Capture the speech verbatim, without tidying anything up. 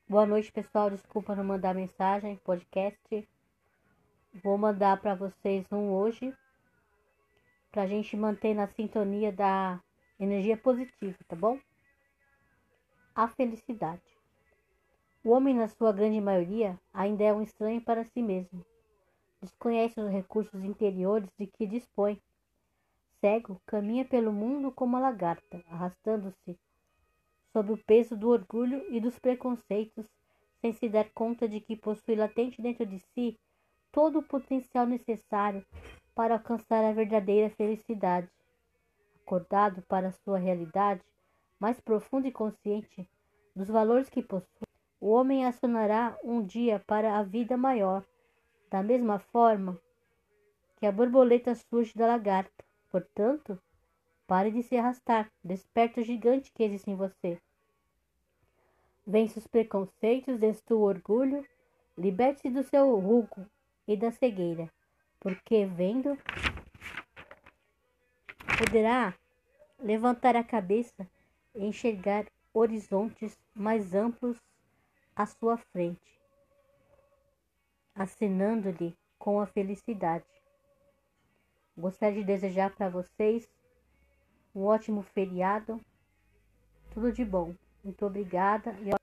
Boa noite, pessoal. Desculpa não mandar mensagem, podcast. Vou mandar para vocês um hoje, para a gente manter na sintonia da energia positiva, tá bom? A felicidade. O homem, na sua grande maioria, ainda é um estranho para si mesmo. Desconhece os recursos interiores de que dispõe. Cego, caminha pelo mundo como a lagarta, arrastando-se sob o peso do orgulho e dos preconceitos, sem se dar conta de que possui latente dentro de si todo o potencial necessário para alcançar a verdadeira felicidade. Acordado para a sua realidade mais profunda e consciente dos valores que possui, o homem acionará um dia para a vida maior, da mesma forma que a borboleta surge da lagarta. Portanto, pare de se arrastar, desperte o gigante que existe em você. Vence os preconceitos, destrua o orgulho, liberte-se do seu rugo e da cegueira, porque vendo, poderá levantar a cabeça e enxergar horizontes mais amplos à sua frente, acenando-lhe com a felicidade. Gostaria de desejar para vocês um ótimo feriado, tudo de bom. Muito obrigada.